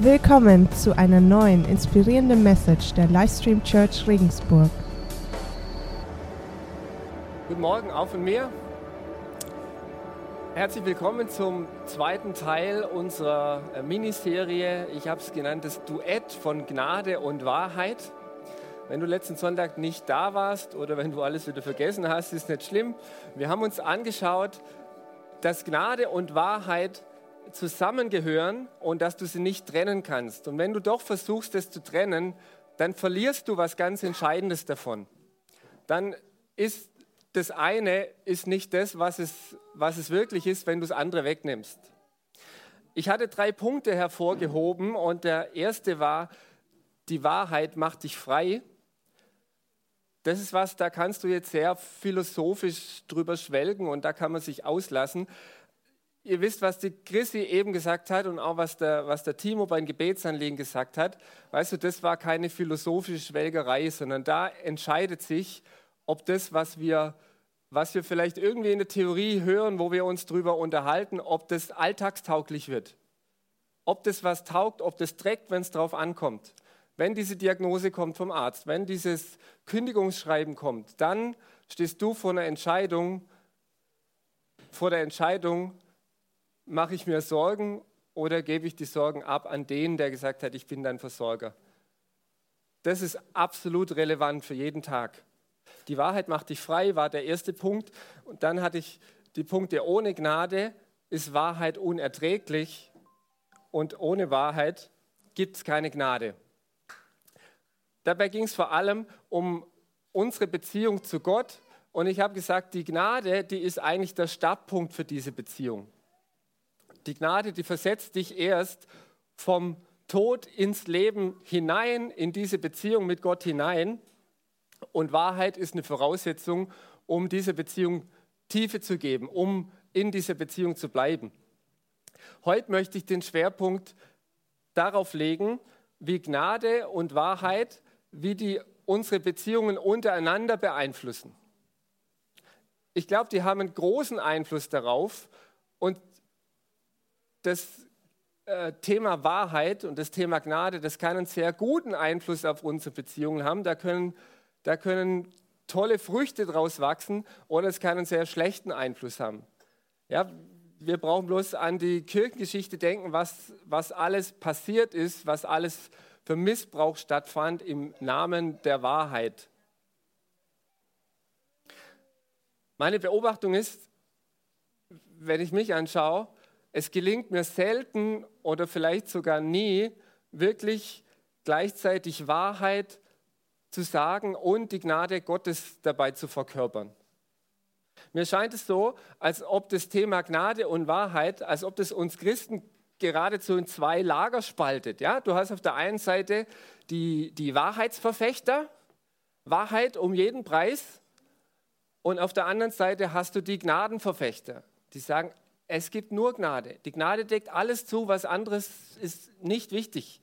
Willkommen zu einer neuen, inspirierenden Message der Livestream Church Regensburg. Guten Morgen auch von mir. Herzlich willkommen zum zweiten Teil unserer Miniserie. Ich habe es genannt, das Duett von Gnade und Wahrheit. Wenn du letzten Sonntag nicht da warst oder wenn du alles wieder vergessen hast, ist nicht schlimm. Wir haben uns angeschaut, dass Gnade und Wahrheit zusammengehören und dass du sie nicht trennen kannst. Und wenn du doch versuchst, das zu trennen, dann verlierst du was ganz Entscheidendes davon. Dann ist das eine ist nicht das, was es wirklich ist, wenn du das andere wegnimmst. Ich hatte 3 Punkte hervorgehoben und der erste war, die Wahrheit macht dich frei. Das ist was, da kannst du jetzt sehr philosophisch drüber schwelgen und da kann man sich auslassen. Ihr wisst, was die Chrissy eben gesagt hat und auch was der Timo beim Gebetsanliegen gesagt hat. Weißt du, das war keine philosophische Schwelgerei, sondern da entscheidet sich, ob das, was wir vielleicht irgendwie in der Theorie hören, wo wir uns drüber unterhalten, ob das alltagstauglich wird. Ob das was taugt, ob das trägt, wenn es drauf ankommt. Wenn diese Diagnose kommt vom Arzt, wenn dieses Kündigungsschreiben kommt, dann stehst du vor der Entscheidung, mache ich mir Sorgen oder gebe ich die Sorgen ab an den, der gesagt hat, ich bin dein Versorger. Das ist absolut relevant für jeden Tag. Die Wahrheit macht dich frei, war der erste Punkt. Und dann hatte ich die Punkte, ohne Gnade ist Wahrheit unerträglich und ohne Wahrheit gibt es keine Gnade. Dabei ging es vor allem um unsere Beziehung zu Gott. Und ich habe gesagt, die Gnade, die ist eigentlich der Startpunkt für diese Beziehung. Die Gnade, die versetzt dich erst vom Tod ins Leben hinein, in diese Beziehung mit Gott hinein. Und Wahrheit ist eine Voraussetzung, um dieser Beziehung Tiefe zu geben, um in dieser Beziehung zu bleiben. Heute möchte ich den Schwerpunkt darauf legen, wie Gnade und Wahrheit, wie die unsere Beziehungen untereinander beeinflussen. Ich glaube, die haben einen großen Einfluss darauf und das Thema Wahrheit und das Thema Gnade, das kann einen sehr guten Einfluss auf unsere Beziehungen haben. Da können tolle Früchte draus wachsen oder es kann einen sehr schlechten Einfluss haben. Ja, wir brauchen bloß an die Kirchengeschichte denken, was alles passiert ist, was alles für Missbrauch stattfand im Namen der Wahrheit. Meine Beobachtung ist, wenn ich mich anschaue, es gelingt mir selten oder vielleicht sogar nie, wirklich gleichzeitig Wahrheit zu sagen und die Gnade Gottes dabei zu verkörpern. Mir scheint es so, als ob das Thema Gnade und Wahrheit, als ob das uns Christen geradezu in 2 Lager spaltet. Ja? Du hast auf der einen Seite die Wahrheitsverfechter, Wahrheit um jeden Preis, und auf der anderen Seite hast du die Gnadenverfechter, die sagen, es gibt nur Gnade. Die Gnade deckt alles zu, was anderes ist nicht wichtig.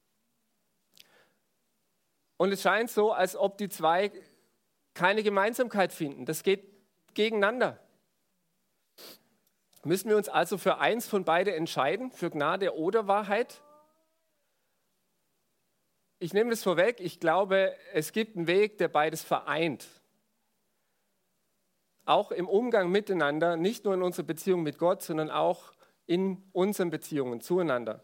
Und es scheint so, als ob die 2 keine Gemeinsamkeit finden. Das geht gegeneinander. Müssen wir uns also für eins von beiden entscheiden, für Gnade oder Wahrheit? Ich nehme das vorweg, ich glaube, es gibt einen Weg, der beides vereint. Auch im Umgang miteinander, nicht nur in unserer Beziehung mit Gott, sondern auch in unseren Beziehungen zueinander.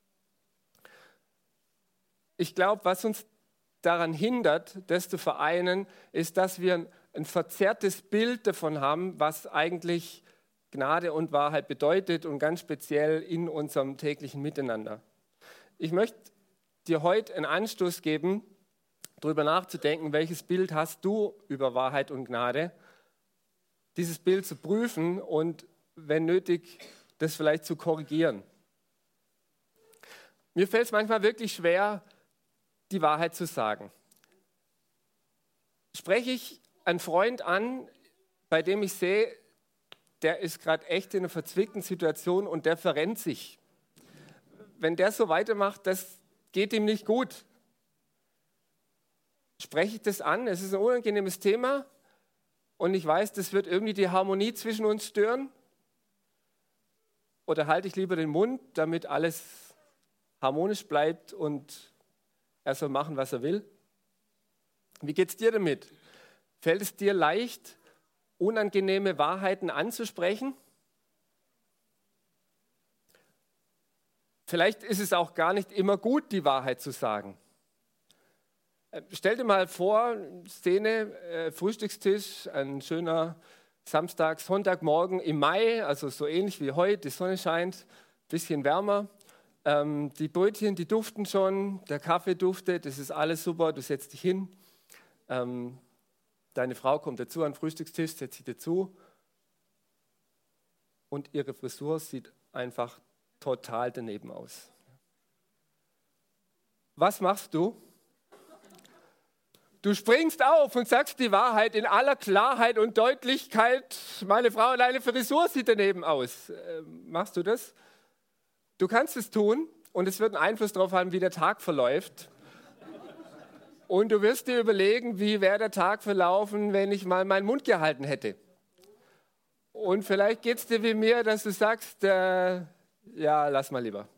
Ich glaube, was uns daran hindert, das zu vereinen, ist, dass wir ein verzerrtes Bild davon haben, was eigentlich Gnade und Wahrheit bedeutet und ganz speziell in unserem täglichen Miteinander. Ich möchte dir heute einen Anstoß geben, darüber nachzudenken, welches Bild hast du über Wahrheit und Gnade, dieses Bild zu prüfen und, wenn nötig, das vielleicht zu korrigieren. Mir fällt es manchmal wirklich schwer, die Wahrheit zu sagen. Spreche ich einen Freund an, bei dem ich sehe, der ist gerade echt in einer verzwickten Situation und der verrennt sich. Wenn der so weitermacht, das geht ihm nicht gut. Spreche ich das an? Es ist ein unangenehmes Thema. Und ich weiß, das wird irgendwie die Harmonie zwischen uns stören. Oder halte ich lieber den Mund, damit alles harmonisch bleibt und er soll machen, was er will? Wie geht es dir damit? Fällt es dir leicht, unangenehme Wahrheiten anzusprechen? Vielleicht ist es auch gar nicht immer gut, die Wahrheit zu sagen. Stell dir mal vor, Szene, Frühstückstisch, ein schöner Samstag, Sonntagmorgen im Mai, also so ähnlich wie heute, die Sonne scheint, ein bisschen wärmer. Die Brötchen, die duften schon, der Kaffee duftet, das ist alles super, du setzt dich hin. Deine Frau kommt dazu an den Frühstückstisch, setzt sich dazu und ihre Frisur sieht einfach total daneben aus. Was machst du? Du springst auf und sagst die Wahrheit in aller Klarheit und Deutlichkeit. Meine Frau, deine Frisur sieht daneben aus. Machst du das? Du kannst es tun und es wird einen Einfluss darauf haben, wie der Tag verläuft. Und du wirst dir überlegen, wie wäre der Tag verlaufen, wenn ich mal meinen Mund gehalten hätte. Und vielleicht geht es dir wie mir, dass du sagst, ja, lass mal lieber.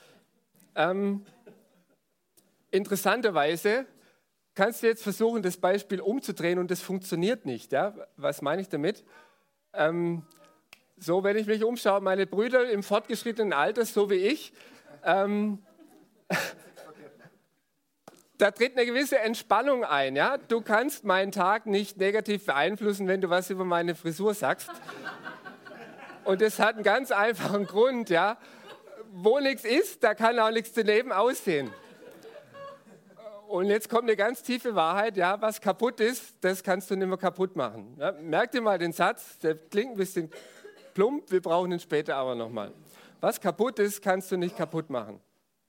Interessanterweise kannst du jetzt versuchen, das Beispiel umzudrehen und das funktioniert nicht. Ja? Was meine ich damit? So, wenn ich mich umschaue, meine Brüder im fortgeschrittenen Alter, so wie ich, da tritt eine gewisse Entspannung ein. Ja? Du kannst meinen Tag nicht negativ beeinflussen, wenn du was über meine Frisur sagst. Und das hat einen ganz einfachen Grund. Ja? Wo nichts ist, da kann auch nichts daneben aussehen. Und jetzt kommt eine ganz tiefe Wahrheit, ja, was kaputt ist, das kannst du nicht mehr kaputt machen. Ja, merk dir mal den Satz, der klingt ein bisschen plump, wir brauchen ihn später aber nochmal. Was kaputt ist, kannst du nicht kaputt machen.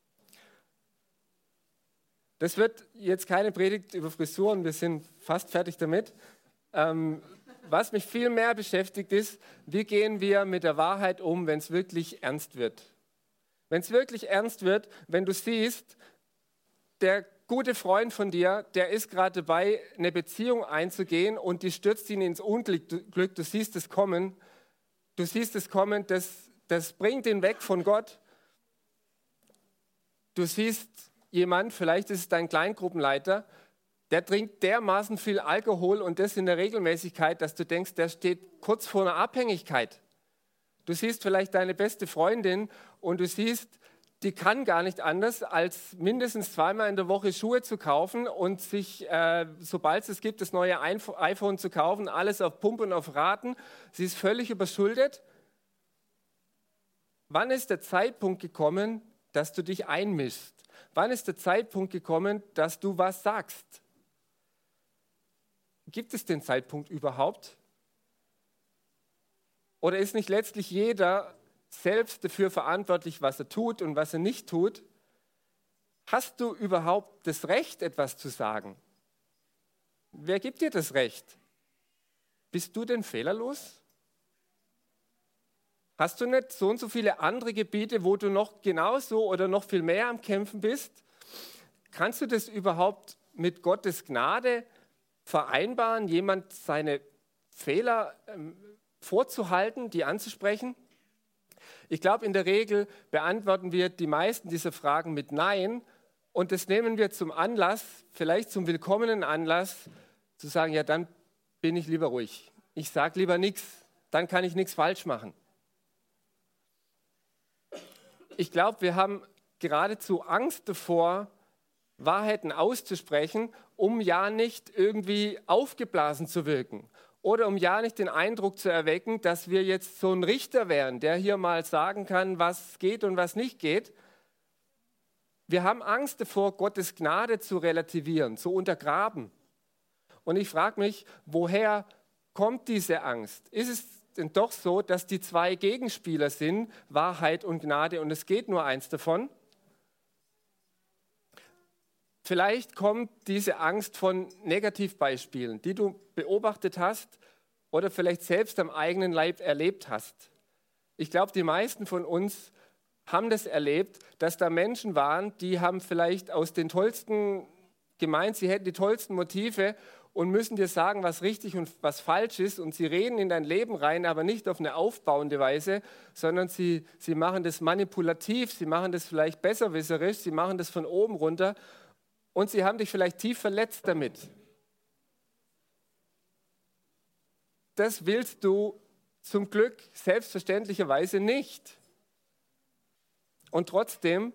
Das wird jetzt keine Predigt über Frisuren, wir sind fast fertig damit. Was mich viel mehr beschäftigt ist, wie gehen wir mit der Wahrheit um, wenn es wirklich ernst wird. Wenn es wirklich ernst wird, wenn du siehst, der gute Freund von dir, der ist gerade dabei, eine Beziehung einzugehen und die stürzt ihn ins Unglück. Du siehst es kommen. Du siehst es kommen, das bringt ihn weg von Gott. Du siehst jemand, vielleicht ist es dein Kleingruppenleiter, der trinkt dermaßen viel Alkohol und das in der Regelmäßigkeit, dass du denkst, der steht kurz vor einer Abhängigkeit. Du siehst vielleicht deine beste Freundin und du siehst, die kann gar nicht anders, als mindestens zweimal in der Woche Schuhe zu kaufen und sich, sobald es gibt, das neue iPhone zu kaufen, alles auf Pump und auf Raten. Sie ist völlig überschuldet. Wann ist der Zeitpunkt gekommen, dass du dich einmischst? Wann ist der Zeitpunkt gekommen, dass du was sagst? Gibt es den Zeitpunkt überhaupt? Oder ist nicht letztlich jeder selbst dafür verantwortlich, was er tut und was er nicht tut? Hast du überhaupt das Recht, etwas zu sagen? Wer gibt dir das Recht? Bist du denn fehlerlos? Hast du nicht so und so viele andere Gebiete, wo du noch genauso oder noch viel mehr am Kämpfen bist? Kannst du das überhaupt mit Gottes Gnade vereinbaren, jemand seine Fehler vorzuhalten, die anzusprechen? Ich glaube, in der Regel beantworten wir die meisten dieser Fragen mit Nein und das nehmen wir zum Anlass, vielleicht zum willkommenen Anlass, zu sagen, ja, dann bin ich lieber ruhig. Ich sage lieber nichts, dann kann ich nichts falsch machen. Ich glaube, wir haben geradezu Angst davor, Wahrheiten auszusprechen, um ja nicht irgendwie aufgeblasen zu wirken. Oder um ja nicht den Eindruck zu erwecken, dass wir jetzt so ein Richter wären, der hier mal sagen kann, was geht und was nicht geht. Wir haben Angst davor, Gottes Gnade zu relativieren, zu untergraben. Und ich frage mich, woher kommt diese Angst? Ist es denn doch so, dass die zwei Gegenspieler sind, Wahrheit und Gnade, und es geht nur eins davon? Vielleicht kommt diese Angst von Negativbeispielen, die du beobachtet hast oder vielleicht selbst am eigenen Leib erlebt hast. Ich glaube, die meisten von uns haben das erlebt, dass da Menschen waren, die haben vielleicht aus den tollsten gemeint, sie hätten die tollsten Motive und müssen dir sagen, was richtig und was falsch ist. Und sie reden in dein Leben rein, aber nicht auf eine aufbauende Weise, sondern sie machen das manipulativ, sie machen das vielleicht besserwisserisch, sie machen das von oben runter und sie haben dich vielleicht tief verletzt damit. Das willst du zum Glück selbstverständlicherweise nicht. Und trotzdem,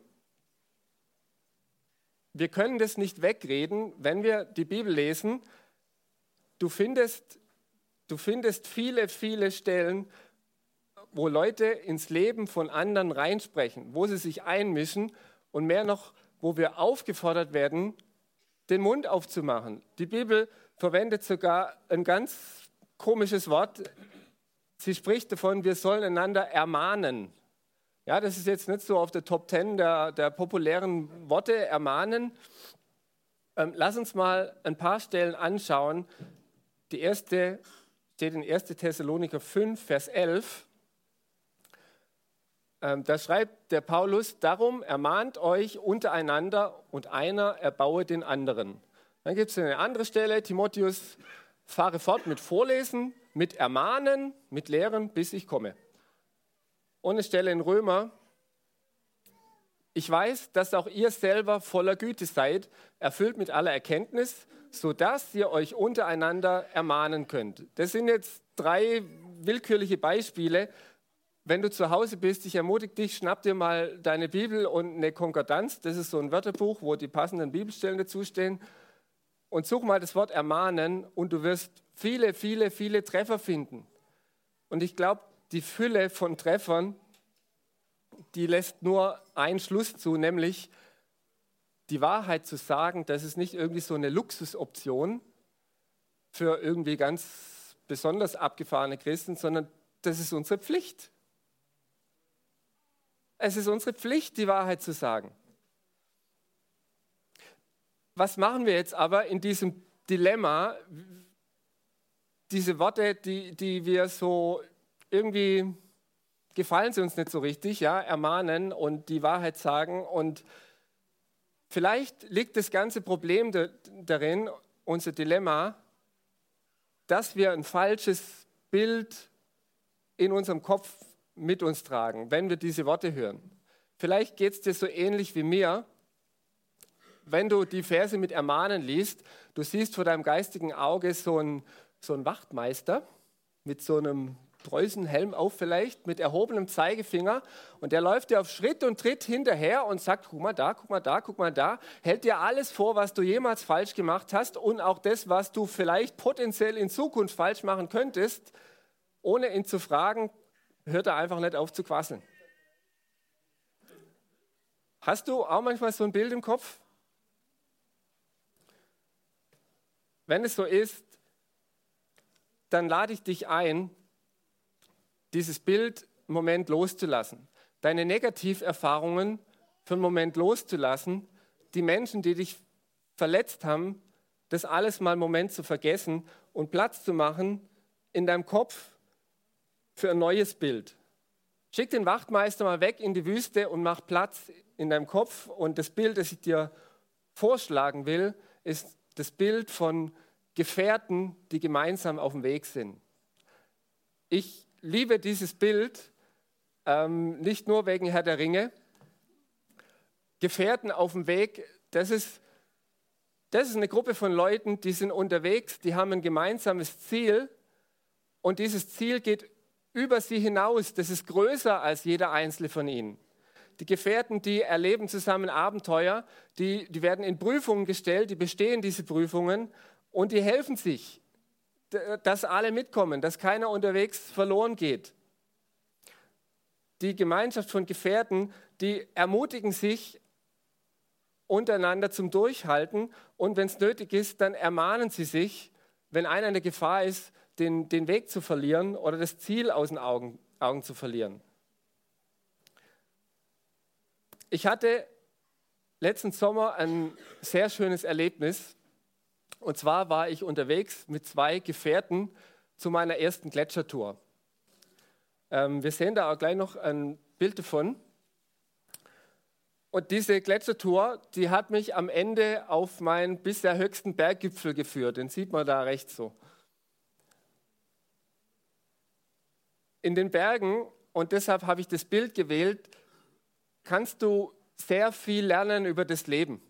wir können das nicht wegreden, wenn wir die Bibel lesen. Du findest viele, viele Stellen, wo Leute ins Leben von anderen reinsprechen, wo sie sich einmischen und mehr noch, wo wir aufgefordert werden, den Mund aufzumachen. Die Bibel verwendet sogar ein ganz komisches Wort. Sie spricht davon, wir sollen einander ermahnen. Ja, das ist jetzt nicht so auf der Top 10 der populären Worte, ermahnen. Lass uns mal ein paar Stellen anschauen. Die erste steht in 1. Thessaloniker 5, Vers 11. Da schreibt der Paulus, darum ermahnt euch untereinander und einer erbaue den anderen. Dann gibt es eine andere Stelle, Timotheus, fahre fort mit Vorlesen, mit Ermahnen, mit Lehren, bis ich komme. Und eine Stelle in Römer, ich weiß, dass auch ihr selber voller Güte seid, erfüllt mit aller Erkenntnis, sodass ihr euch untereinander ermahnen könnt. Das sind jetzt 3 willkürliche Beispiele. Wenn du zu Hause bist, ich ermutige dich, schnapp dir mal deine Bibel und eine Konkordanz. Das ist so ein Wörterbuch, wo die passenden Bibelstellen dazu stehen. Und such mal das Wort ermahnen und du wirst viele, viele, viele Treffer finden. Und ich glaube, die Fülle von Treffern, die lässt nur einen Schluss zu, nämlich die Wahrheit zu sagen, das ist nicht irgendwie so eine Luxusoption für irgendwie ganz besonders abgefahrene Christen, sondern das ist unsere Pflicht. Es ist unsere Pflicht, die Wahrheit zu sagen. Was machen wir jetzt aber in diesem Dilemma? Diese Worte, die wir so irgendwie gefallen sie uns nicht so richtig, ja, ermahnen und die Wahrheit sagen. Und vielleicht liegt das ganze Problem darin, unser Dilemma, dass wir ein falsches Bild in unserem Kopf mit uns tragen, wenn wir diese Worte hören. Vielleicht geht es dir so ähnlich wie mir, wenn du die Verse mit Ermahnen liest, du siehst vor deinem geistigen Auge so einen Wachtmeister mit so einem Preußenhelm auf vielleicht, mit erhobenem Zeigefinger und der läuft dir auf Schritt und Tritt hinterher und sagt, guck mal da, guck mal da, guck mal da, hält dir alles vor, was du jemals falsch gemacht hast und auch das, was du vielleicht potenziell in Zukunft falsch machen könntest, ohne ihn zu fragen, hört er einfach nicht auf zu quasseln. Hast du auch manchmal so ein Bild im Kopf? Wenn es so ist, dann lade ich dich ein, dieses Bild einen Moment loszulassen, deine Negativerfahrungen für einen Moment loszulassen, die Menschen, die dich verletzt haben, das alles mal einen Moment zu vergessen und Platz zu machen in deinem Kopf für ein neues Bild. Schick den Wachtmeister mal weg in die Wüste und mach Platz in deinem Kopf und das Bild, das ich dir vorschlagen will, ist das Bild von Gefährten, die gemeinsam auf dem Weg sind. Ich liebe dieses Bild, nicht nur wegen Herr der Ringe. Gefährten auf dem Weg, das ist eine Gruppe von Leuten, die sind unterwegs, die haben ein gemeinsames Ziel und dieses Ziel geht über sie hinaus, das ist größer als jeder einzelne von ihnen. Die Gefährten, die erleben zusammen Abenteuer, die werden in Prüfungen gestellt, die bestehen diese Prüfungen und die helfen sich, dass alle mitkommen, dass keiner unterwegs verloren geht. Die Gemeinschaft von Gefährten, die ermutigen sich untereinander zum Durchhalten und wenn es nötig ist, dann ermahnen sie sich, wenn einer in der Gefahr ist, den Weg zu verlieren oder das Ziel aus den Augen zu verlieren. Ich hatte letzten Sommer ein sehr schönes Erlebnis. Und zwar war ich unterwegs mit 2 Gefährten zu meiner ersten Gletschertour. Wir sehen da auch gleich noch ein Bild davon. Und diese Gletschertour, die hat mich am Ende auf meinen bisher höchsten Berggipfel geführt. Den sieht man da rechts so. In den Bergen, und deshalb habe ich das Bild gewählt, kannst du sehr viel lernen über das Leben.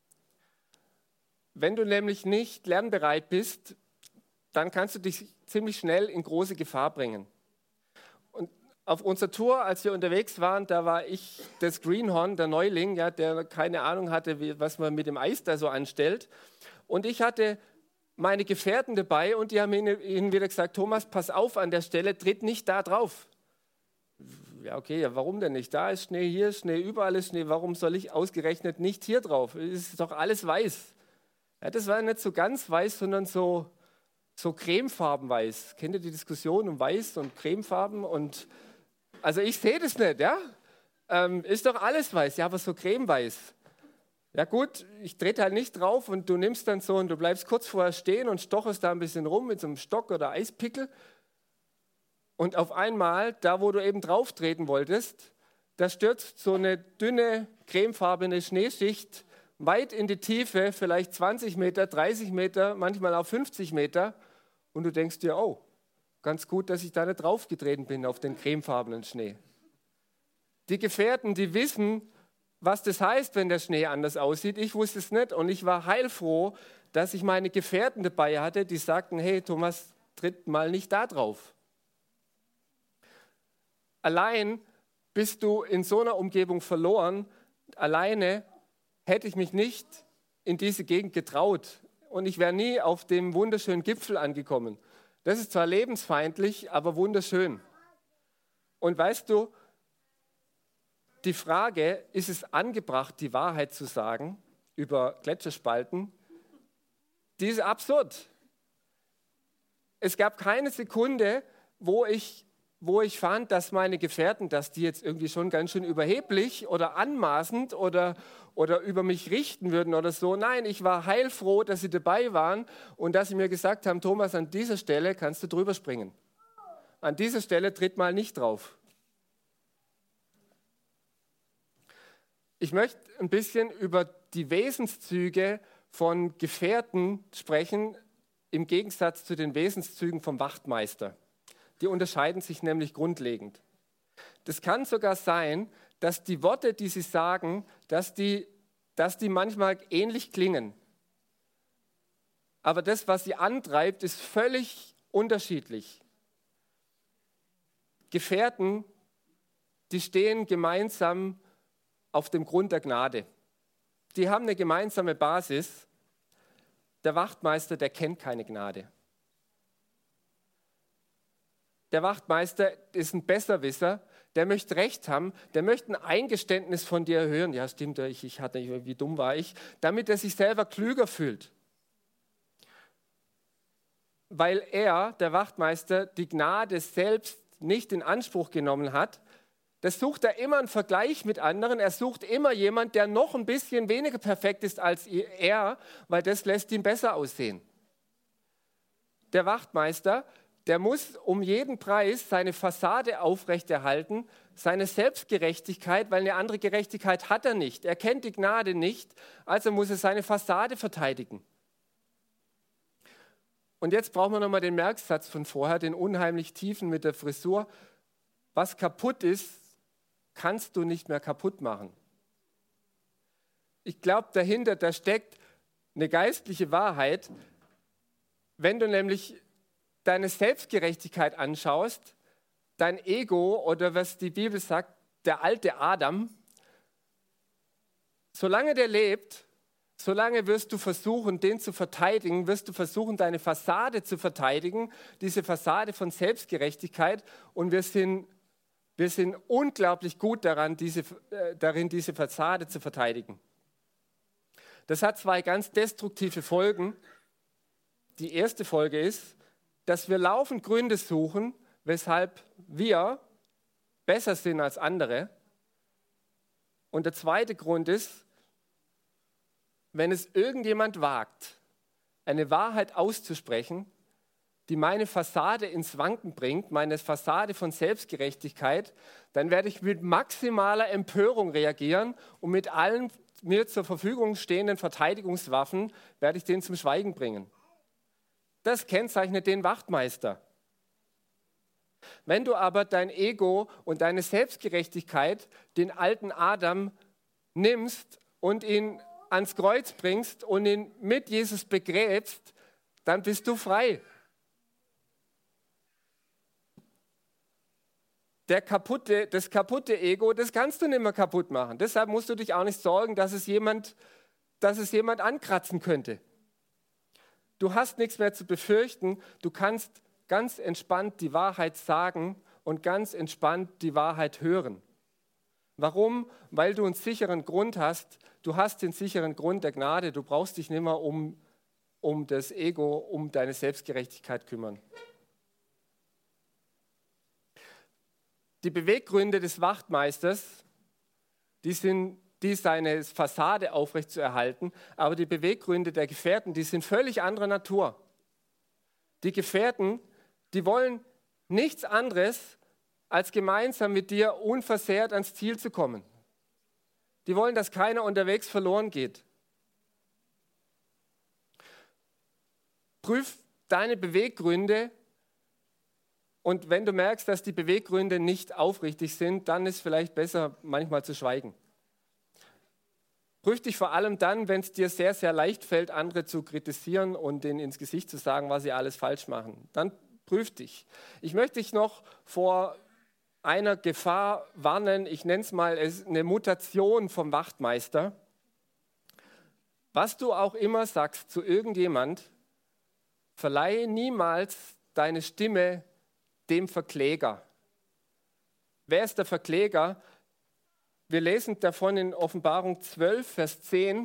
Wenn du nämlich nicht lernbereit bist, dann kannst du dich ziemlich schnell in große Gefahr bringen. Und auf unserer Tour, als wir unterwegs waren, da war ich das Greenhorn, der Neuling, ja, der keine Ahnung hatte, was man mit dem Eis da so anstellt. Und ich hatte meine Gefährten dabei und die haben ihnen wieder gesagt, Thomas, pass auf an der Stelle, tritt nicht da drauf. Ja, okay, ja, warum denn nicht? Da ist Schnee, hier ist Schnee, überall ist Schnee. Warum soll ich ausgerechnet nicht hier drauf? Es ist doch alles weiß. Ja, das war nicht so ganz weiß, sondern so cremefarbenweiß. Kennt ihr die Diskussion um weiß und cremefarben? Also ich sehe das nicht, ja? Ist doch alles weiß, ja, aber so cremeweiß. Ja gut, ich trete halt nicht drauf und du nimmst dann so und du bleibst kurz vorher stehen und stocherst da ein bisschen rum mit so einem Stock oder Eispickel. Und auf einmal, da wo du eben drauf treten wolltest, da stürzt so eine dünne, cremefarbene Schneeschicht weit in die Tiefe, vielleicht 20 Meter, 30 Meter, manchmal auch 50 Meter. Und du denkst dir, oh, ganz gut, dass ich da nicht draufgetreten bin auf den cremefarbenen Schnee. Die Gefährten, die wissen, was das heißt, wenn der Schnee anders aussieht. Ich wusste es nicht und ich war heilfroh, dass ich meine Gefährten dabei hatte, die sagten, hey Thomas, tritt mal nicht da drauf. Allein bist du in so einer Umgebung verloren. Alleine hätte ich mich nicht in diese Gegend getraut und ich wäre nie auf dem wunderschönen Gipfel angekommen. Das ist zwar lebensfeindlich, aber wunderschön. Und weißt du, die Frage, ist es angebracht, die Wahrheit zu sagen über Gletscherspalten, die ist absurd. Es gab keine Sekunde, wo ich fand, dass meine Gefährten, dass die jetzt irgendwie schon ganz schön überheblich oder anmaßend oder über mich richten würden oder so. Nein, ich war heilfroh, dass sie dabei waren und dass sie mir gesagt haben, Thomas, an dieser Stelle kannst du drüber springen. An dieser Stelle tritt mal nicht drauf. Ich möchte ein bisschen über die Wesenszüge von Gefährten sprechen, im Gegensatz zu den Wesenszügen vom Wachtmeister. Die unterscheiden sich nämlich grundlegend. Das kann sogar sein, dass die Worte, die sie sagen, dass die manchmal ähnlich klingen. Aber das, was sie antreibt, ist völlig unterschiedlich. Gefährten, die stehen gemeinsam auf dem Grund der Gnade. Die haben eine gemeinsame Basis. Der Wachtmeister, der kennt keine Gnade. Der Wachtmeister ist ein Besserwisser, der möchte Recht haben, der möchte ein Eingeständnis von dir hören. Ja, stimmt, wie dumm war ich? Damit er sich selber klüger fühlt. Weil er, der Wachtmeister, die Gnade selbst nicht in Anspruch genommen hat, das sucht er immer einen Vergleich mit anderen. Er sucht immer jemanden, der noch ein bisschen weniger perfekt ist als er, weil das lässt ihn besser aussehen. Der Wachtmeister, der muss um jeden Preis seine Fassade aufrechterhalten, seine Selbstgerechtigkeit, weil eine andere Gerechtigkeit hat er nicht. Er kennt die Gnade nicht, also muss er seine Fassade verteidigen. Und jetzt brauchen wir nochmal den Merksatz von vorher, den unheimlich tiefen mit der Frisur. Was kaputt ist, kannst du nicht mehr kaputt machen. Ich glaube, dahinter, da steckt eine geistliche Wahrheit. Wenn du nämlich deine Selbstgerechtigkeit anschaust, dein Ego oder was die Bibel sagt, der alte Adam, solange der lebt, solange wirst du versuchen, den zu verteidigen, wirst du versuchen, deine Fassade zu verteidigen, diese Fassade von Selbstgerechtigkeit, und wir sind unglaublich gut darin, diese Fassade zu verteidigen. Das hat zwei ganz destruktive Folgen. Die erste Folge ist, dass wir laufend Gründe suchen, weshalb wir besser sind als andere. Und der zweite Grund ist, wenn es irgendjemand wagt, eine Wahrheit auszusprechen, die meine Fassade ins Wanken bringt, meine Fassade von Selbstgerechtigkeit, dann werde ich mit maximaler Empörung reagieren und mit allen mir zur Verfügung stehenden Verteidigungswaffen werde ich den zum Schweigen bringen. Das kennzeichnet den Wachtmeister. Wenn du aber dein Ego und deine Selbstgerechtigkeit, den alten Adam, nimmst und ihn ans Kreuz bringst und ihn mit Jesus begräbst, dann bist du frei. Das kaputte Ego, das kannst du nicht mehr kaputt machen. Deshalb musst du dich auch nicht sorgen, dass es jemand ankratzen könnte. Du hast nichts mehr zu befürchten. Du kannst ganz entspannt die Wahrheit sagen und ganz entspannt die Wahrheit hören. Warum? Weil du einen sicheren Grund hast. Du hast den sicheren Grund der Gnade. Du brauchst dich nicht mehr um das Ego, um deine Selbstgerechtigkeit kümmern. Die Beweggründe des Wachtmeisters, die sind seine Fassade aufrechtzuerhalten, aber die Beweggründe der Gefährten, die sind völlig anderer Natur. Die Gefährten, die wollen nichts anderes, als gemeinsam mit dir unversehrt ans Ziel zu kommen. Die wollen, dass keiner unterwegs verloren geht. Prüf deine Beweggründe und wenn du merkst, dass die Beweggründe nicht aufrichtig sind, dann ist vielleicht besser, manchmal zu schweigen. Prüf dich vor allem dann, wenn es dir sehr, sehr leicht fällt, andere zu kritisieren und denen ins Gesicht zu sagen, was sie alles falsch machen. Dann prüf dich. Ich möchte dich noch vor einer Gefahr warnen. Ich nenne es mal eine Mutation vom Wachtmeister. Was du auch immer sagst zu irgendjemand, verleihe niemals deine Stimme dem Verkläger. Wer ist der Verkläger? Wir lesen davon in Offenbarung 12, Vers 10.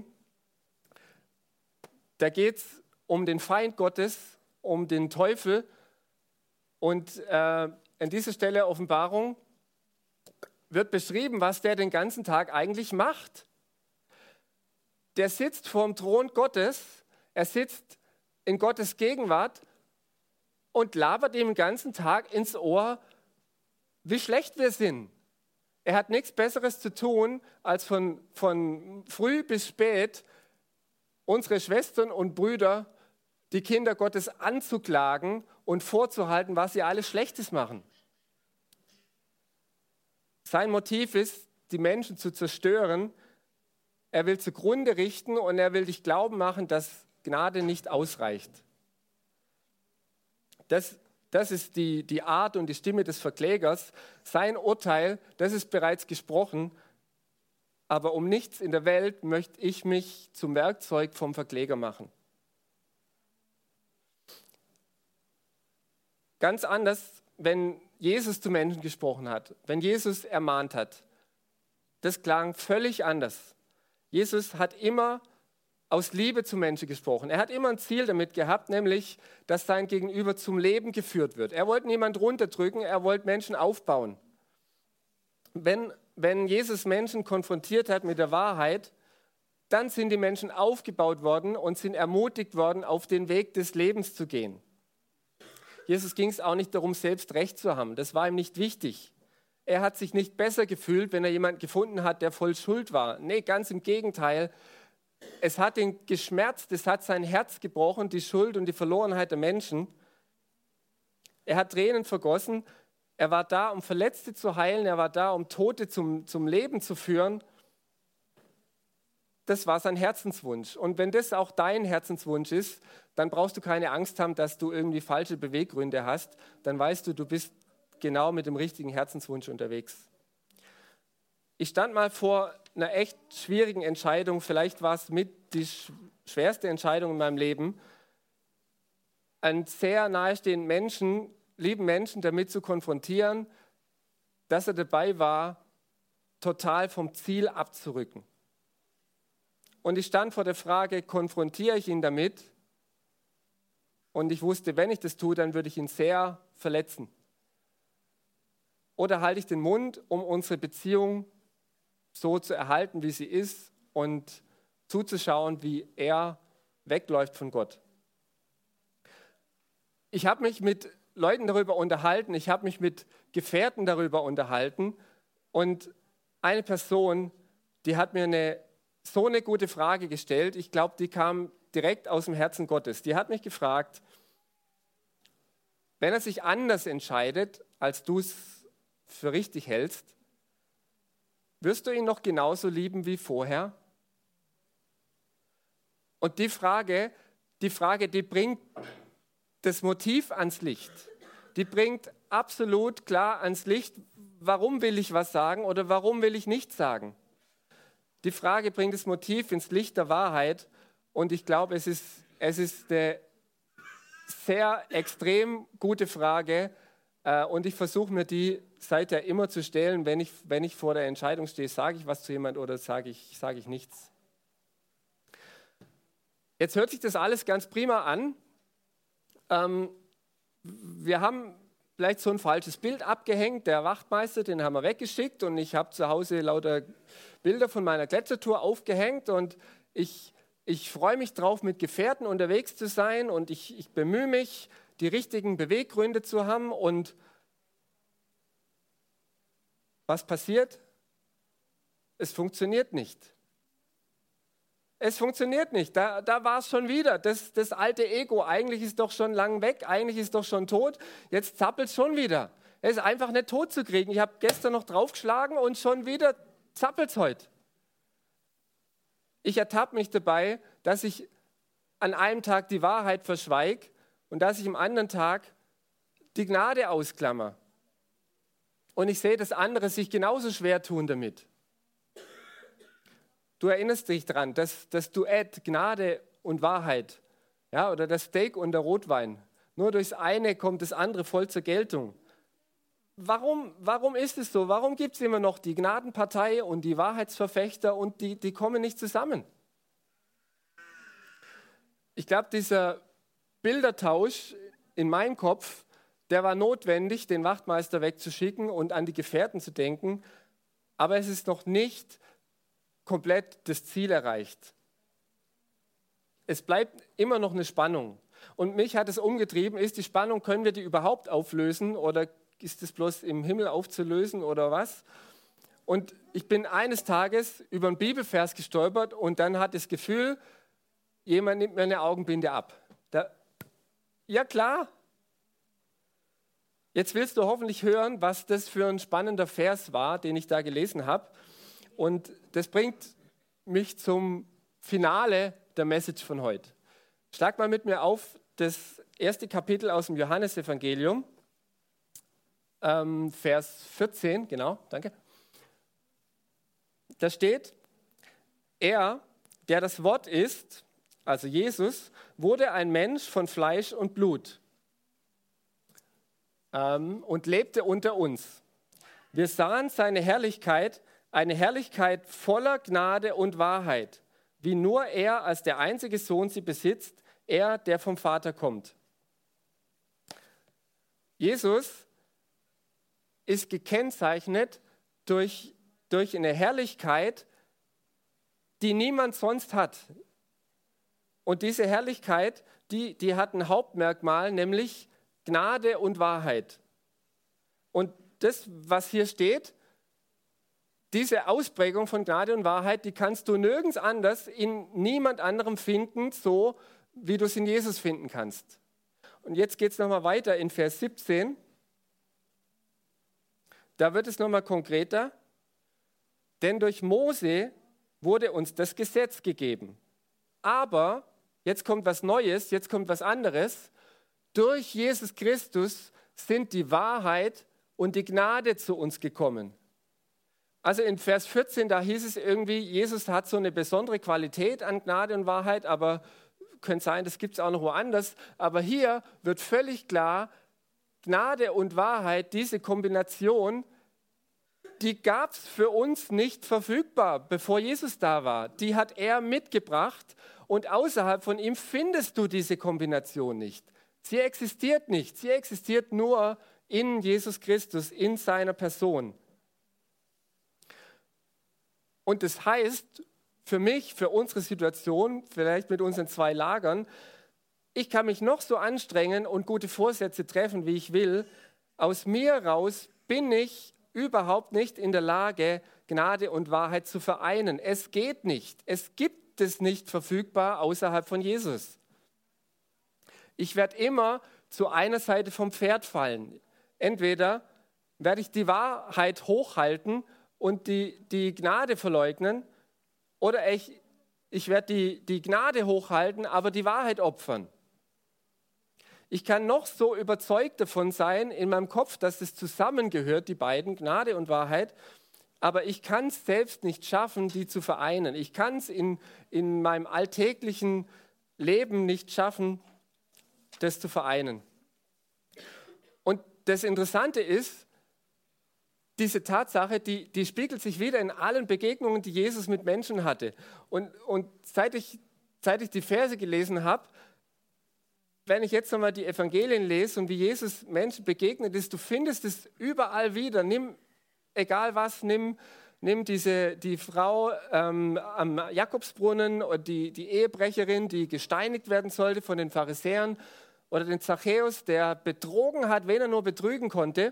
Da geht es um den Feind Gottes, um den Teufel. Und an dieser Stelle Offenbarung wird beschrieben, was der den ganzen Tag eigentlich macht. Der sitzt vorm Thron Gottes, er sitzt in Gottes Gegenwart und labert ihm den ganzen Tag ins Ohr, wie schlecht wir sind. Er hat nichts Besseres zu tun, als von früh bis spät unsere Schwestern und Brüder, die Kinder Gottes, anzuklagen und vorzuhalten, was sie alles Schlechtes machen. Sein Motiv ist, die Menschen zu zerstören. Er will zugrunde richten und er will dich glauben machen, dass Gnade nicht ausreicht. Das ist die Art und die Stimme des Verklägers. Sein Urteil, das ist bereits gesprochen, aber um nichts in der Welt möchte ich mich zum Werkzeug vom Verkläger machen. Ganz anders, wenn Jesus zu Menschen gesprochen hat, wenn Jesus ermahnt hat. Das klang völlig anders. Jesus hat immer aus Liebe zu Menschen gesprochen. Er hat immer ein Ziel damit gehabt, nämlich, dass sein Gegenüber zum Leben geführt wird. Er wollte niemanden runterdrücken, er wollte Menschen aufbauen. Wenn Jesus Menschen konfrontiert hat mit der Wahrheit, dann sind die Menschen aufgebaut worden und sind ermutigt worden, auf den Weg des Lebens zu gehen. Jesus ging es auch nicht darum, selbst Recht zu haben. Das war ihm nicht wichtig. Er hat sich nicht besser gefühlt, wenn er jemanden gefunden hat, der voll Schuld war. Nee, ganz im Gegenteil. Es hat ihn geschmerzt, es hat sein Herz gebrochen, die Schuld und die Verlorenheit der Menschen. Er hat Tränen vergossen. Er war da, um Verletzte zu heilen. Er war da, um Tote zum Leben zu führen. Das war sein Herzenswunsch. Und wenn das auch dein Herzenswunsch ist, dann brauchst du keine Angst haben, dass du irgendwie falsche Beweggründe hast. Dann weißt du, du bist genau mit dem richtigen Herzenswunsch unterwegs. Ich stand mal vor einer echt schwierigen Entscheidung. Vielleicht war es mit die schwerste Entscheidung in meinem Leben. Einen sehr nahestehenden Menschen, lieben Menschen damit zu konfrontieren, dass er dabei war, total vom Ziel abzurücken. Und ich stand vor der Frage, konfrontiere ich ihn damit? Und ich wusste, wenn ich das tue, dann würde ich ihn sehr verletzen. Oder halte ich den Mund, um unsere Beziehung so zu erhalten, wie sie ist und zuzuschauen, wie er wegläuft von Gott. Ich habe mich mit Leuten darüber unterhalten, ich habe mich mit Gefährten darüber unterhalten und eine Person, die hat mir so eine gute Frage gestellt, ich glaube, die kam direkt aus dem Herzen Gottes. Die hat mich gefragt, wenn er sich anders entscheidet, als du es für richtig hältst, wirst du ihn noch genauso lieben wie vorher? Und die Frage, die bringt das Motiv ans Licht. Die bringt absolut klar ans Licht, warum will ich was sagen oder warum will ich nichts sagen. Die Frage bringt das Motiv ins Licht der Wahrheit und ich glaube, es ist eine sehr extrem gute Frage und ich versuche mir die seither immer zu stellen, wenn ich vor der Entscheidung stehe, sage ich was zu jemandem oder sage ich nichts. Jetzt hört sich das alles ganz prima an. Wir haben vielleicht so ein falsches Bild abgehängt. Der Wachtmeister, den haben wir weggeschickt und ich habe zu Hause lauter Bilder von meiner Klettertour aufgehängt und ich freue mich drauf, mit Gefährten unterwegs zu sein und ich bemühe mich, die richtigen Beweggründe zu haben und was passiert? Es funktioniert nicht. Es funktioniert nicht. Da war es schon wieder. Das alte Ego, eigentlich ist doch schon lang weg, eigentlich ist doch schon tot. Jetzt zappelt es schon wieder. Es ist einfach nicht tot zu kriegen. Ich habe gestern noch draufgeschlagen und schon wieder zappelt es heute. Ich ertappe mich dabei, dass ich an einem Tag die Wahrheit verschweige und dass ich am anderen Tag die Gnade ausklammer. Und ich sehe, dass andere sich genauso schwer tun damit. Du erinnerst dich daran, das Duett Gnade und Wahrheit, ja, oder das Steak und der Rotwein. Nur durchs eine kommt das andere voll zur Geltung. Warum ist es so? Warum gibt es immer noch die Gnadenpartei und die Wahrheitsverfechter und die kommen nicht zusammen? Ich glaube, dieser Bildertausch in meinem Kopf, der war notwendig, den Wachtmeister wegzuschicken und an die Gefährten zu denken, aber es ist noch nicht komplett das Ziel erreicht. Es bleibt immer noch eine Spannung. Und mich hat es umgetrieben, ist die Spannung, können wir die überhaupt auflösen oder ist es bloß im Himmel aufzulösen oder was? Und ich bin eines Tages über einen Bibelvers gestolpert und dann hat das Gefühl, jemand nimmt mir eine Augenbinde ab. Ja klar. Jetzt willst du hoffentlich hören, was das für ein spannender Vers war, den ich da gelesen habe. Und das bringt mich zum Finale der Message von heute. Schlag mal mit mir auf das erste Kapitel aus dem Johannesevangelium, Vers 14, genau, danke. Da steht, er, der das Wort ist, also Jesus, wurde ein Mensch von Fleisch und Blut und lebte unter uns. Wir sahen seine Herrlichkeit, eine Herrlichkeit voller Gnade und Wahrheit, wie nur er als der einzige Sohn sie besitzt, er, der vom Vater kommt. Jesus ist gekennzeichnet durch eine Herrlichkeit, die niemand sonst hat. Und diese Herrlichkeit, die hat ein Hauptmerkmal, nämlich Gnade und Wahrheit. Und das, was hier steht, diese Ausprägung von Gnade und Wahrheit, die kannst du nirgends anders, in niemand anderem finden, so wie du es in Jesus finden kannst. Und jetzt geht es nochmal weiter in Vers 17. Da wird es nochmal konkreter. Denn durch Mose wurde uns das Gesetz gegeben. Aber, jetzt kommt was Neues, jetzt kommt was anderes. Durch Jesus Christus sind die Wahrheit und die Gnade zu uns gekommen. Also in Vers 14, da hieß es irgendwie, Jesus hat so eine besondere Qualität an Gnade und Wahrheit, aber könnte sein, das gibt es auch noch woanders. Aber hier wird völlig klar, Gnade und Wahrheit, diese Kombination, die gab es für uns nicht verfügbar, bevor Jesus da war. Die hat er mitgebracht und außerhalb von ihm findest du diese Kombination nicht. Sie existiert nicht, sie existiert nur in Jesus Christus, in seiner Person. Und das heißt für mich, für unsere Situation, vielleicht mit unseren zwei Lagern, ich kann mich noch so anstrengen und gute Vorsätze treffen, wie ich will. Aus mir raus bin ich überhaupt nicht in der Lage, Gnade und Wahrheit zu vereinen. Es geht nicht. Es gibt es nicht verfügbar außerhalb von Jesus. Ich werde immer zu einer Seite vom Pferd fallen. Entweder werde ich die Wahrheit hochhalten und die Gnade verleugnen, oder ich werde die Gnade hochhalten, aber die Wahrheit opfern. Ich kann noch so überzeugt davon sein in meinem Kopf, dass es zusammengehört, die beiden, Gnade und Wahrheit, aber ich kann es selbst nicht schaffen, die zu vereinen. Ich kann es in meinem alltäglichen Leben nicht schaffen, das zu vereinen. Und das Interessante ist, diese Tatsache, die spiegelt sich wieder in allen Begegnungen, die Jesus mit Menschen hatte. Und seit ich die Verse gelesen habe, wenn ich jetzt nochmal die Evangelien lese und wie Jesus Menschen begegnet ist, du findest es überall wieder. Egal was, nimm die Frau am Jakobsbrunnen oder die Ehebrecherin, die gesteinigt werden sollte von den Pharisäern, oder den Zachäus, der betrogen hat, wen er nur betrügen konnte.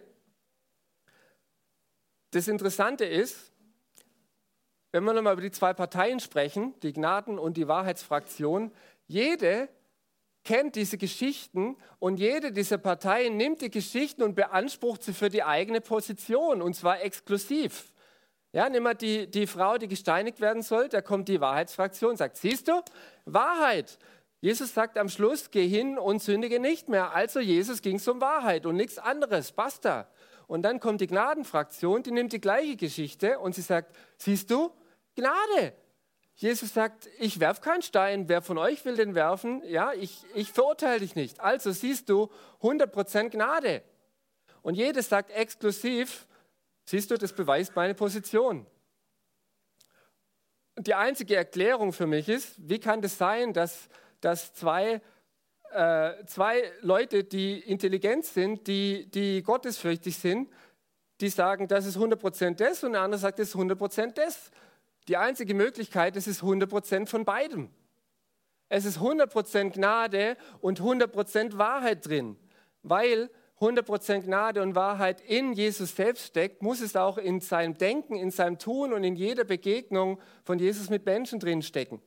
Das Interessante ist, wenn wir nochmal über die zwei Parteien sprechen, die Gnaden- und die Wahrheitsfraktion, jede kennt diese Geschichten und jede dieser Parteien nimmt die Geschichten und beansprucht sie für die eigene Position, und zwar exklusiv. Ja, nimm mal die Frau, die gesteinigt werden soll, da kommt die Wahrheitsfraktion und sagt, siehst du, Wahrheit. Jesus sagt am Schluss, geh hin und sündige nicht mehr. Also Jesus ging es um Wahrheit und nichts anderes, basta. Und dann kommt die Gnadenfraktion, die nimmt die gleiche Geschichte und sie sagt, siehst du, Gnade. Jesus sagt, ich werfe keinen Stein, wer von euch will den werfen? Ja, ich verurteile dich nicht. Also siehst du, 100% Gnade. Und jedes sagt exklusiv, siehst du, das beweist meine Position. Und die einzige Erklärung für mich ist, wie kann das sein, dass zwei Leute, die intelligent sind, die gottesfürchtig sind, die sagen, das ist 100% das, und der andere sagt, das ist 100% das. Die einzige Möglichkeit, es ist 100% von beidem. Es ist 100% Gnade und 100% Wahrheit drin. Weil 100% Gnade und Wahrheit in Jesus selbst steckt, muss es auch in seinem Denken, in seinem Tun und in jeder Begegnung von Jesus mit Menschen drin stecken.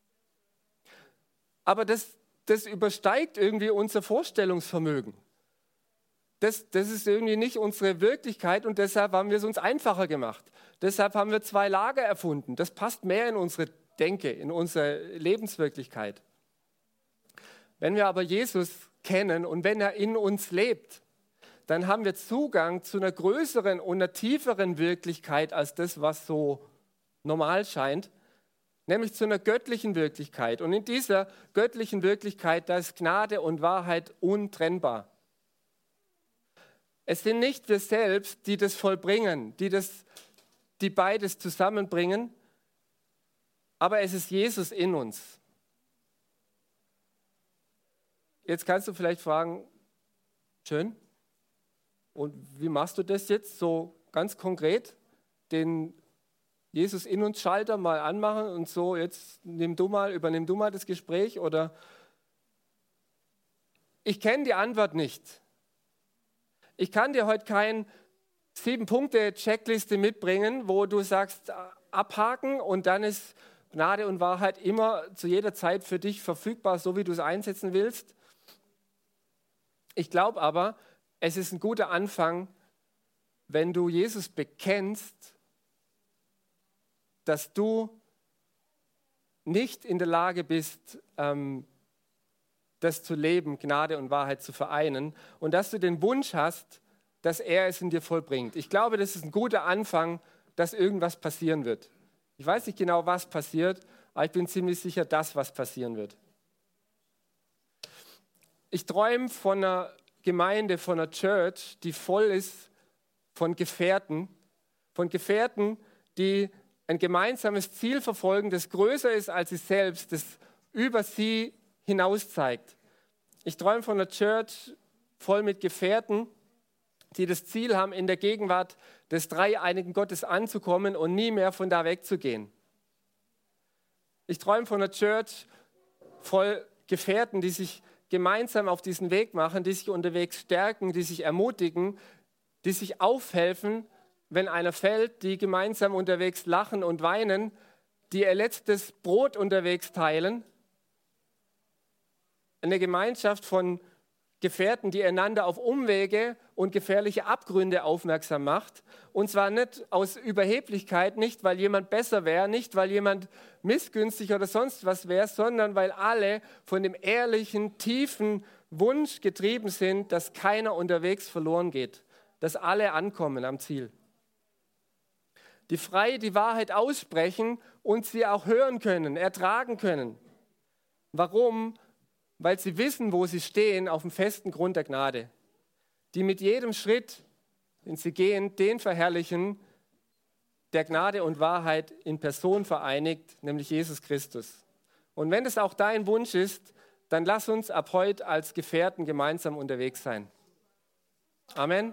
Aber das übersteigt irgendwie unser Vorstellungsvermögen. Das ist irgendwie nicht unsere Wirklichkeit, und deshalb haben wir es uns einfacher gemacht. Deshalb haben wir zwei Lager erfunden. Das passt mehr in unsere Denke, in unsere Lebenswirklichkeit. Wenn wir aber Jesus kennen und wenn er in uns lebt, dann haben wir Zugang zu einer größeren und einer tieferen Wirklichkeit als das, was so normal scheint, nämlich zu einer göttlichen Wirklichkeit. Und in dieser göttlichen Wirklichkeit, da ist Gnade und Wahrheit untrennbar. Es sind nicht wir selbst, die das vollbringen, die beides zusammenbringen, aber es ist Jesus in uns. Jetzt kannst du vielleicht fragen, schön, und wie machst du das jetzt so ganz konkret, den Jesus in uns Schalter mal anmachen und so, jetzt übernimm du mal das Gespräch, oder? Ich kenne die Antwort nicht. Ich kann dir heute keine 7-Punkte-Checkliste mitbringen, wo du sagst, abhaken und dann ist Gnade und Wahrheit immer zu jeder Zeit für dich verfügbar, so wie du es einsetzen willst. Ich glaube aber, es ist ein guter Anfang, wenn du Jesus bekennst, dass du nicht in der Lage bist, das zu leben, Gnade und Wahrheit zu vereinen, und dass du den Wunsch hast, dass er es in dir vollbringt. Ich glaube, das ist ein guter Anfang, dass irgendwas passieren wird. Ich weiß nicht genau, was passiert, aber ich bin ziemlich sicher, dass was passieren wird. Ich träume von einer Gemeinde, von einer Church, die voll ist von Gefährten, die ein gemeinsames Ziel verfolgen, das größer ist als sie selbst, das über sie hinaus zeigt. Ich träume von einer Church voll mit Gefährten, die das Ziel haben, in der Gegenwart des dreieinigen Gottes anzukommen und nie mehr von da wegzugehen. Ich träume von einer Church voll Gefährten, die sich gemeinsam auf diesen Weg machen, die sich unterwegs stärken, die sich ermutigen, die sich aufhelfen, wenn einer fällt, die gemeinsam unterwegs lachen und weinen, die ihr letztes Brot unterwegs teilen. Eine Gemeinschaft von Gefährten, die einander auf Umwege und gefährliche Abgründe aufmerksam macht. Und zwar nicht aus Überheblichkeit, nicht weil jemand besser wäre, nicht weil jemand missgünstig oder sonst was wäre, sondern weil alle von dem ehrlichen, tiefen Wunsch getrieben sind, dass keiner unterwegs verloren geht, dass alle ankommen am Ziel. Die frei die Wahrheit aussprechen und sie auch hören können, ertragen können. Warum? Weil sie wissen, wo sie stehen, auf dem festen Grund der Gnade. Die mit jedem Schritt, den sie gehen, den verherrlichen, der Gnade und Wahrheit in Person vereinigt, nämlich Jesus Christus. Und wenn es auch dein Wunsch ist, dann lass uns ab heute als Gefährten gemeinsam unterwegs sein. Amen.